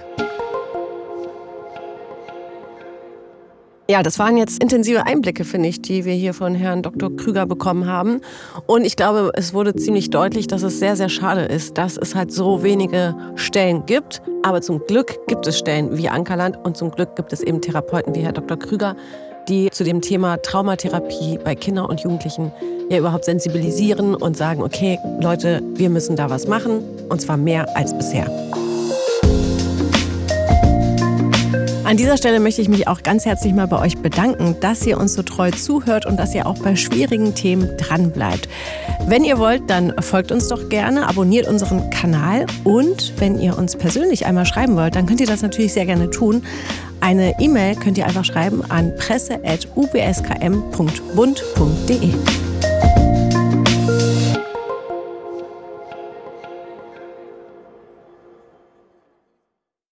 Ja, das waren jetzt intensive Einblicke, finde ich, die wir hier von Herrn Doktor Krüger bekommen haben. Und ich glaube, es wurde ziemlich deutlich, dass es sehr, sehr schade ist, dass es halt so wenige Stellen gibt. Aber zum Glück gibt es Stellen wie Ankerland und zum Glück gibt es eben Therapeuten wie Herr Doktor Krüger, die zu dem Thema Traumatherapie bei Kindern und Jugendlichen ja überhaupt sensibilisieren und sagen, okay, Leute, wir müssen da was machen, und zwar mehr als bisher. An dieser Stelle möchte ich mich auch ganz herzlich mal bei euch bedanken, dass ihr uns so treu zuhört und dass ihr auch bei schwierigen Themen dranbleibt. Wenn ihr wollt, dann folgt uns doch gerne, abonniert unseren Kanal und wenn ihr uns persönlich einmal schreiben wollt, dann könnt ihr das natürlich sehr gerne tun. Eine E-Mail könnt ihr einfach schreiben an presse at u b s k m punkt bund punkt d e.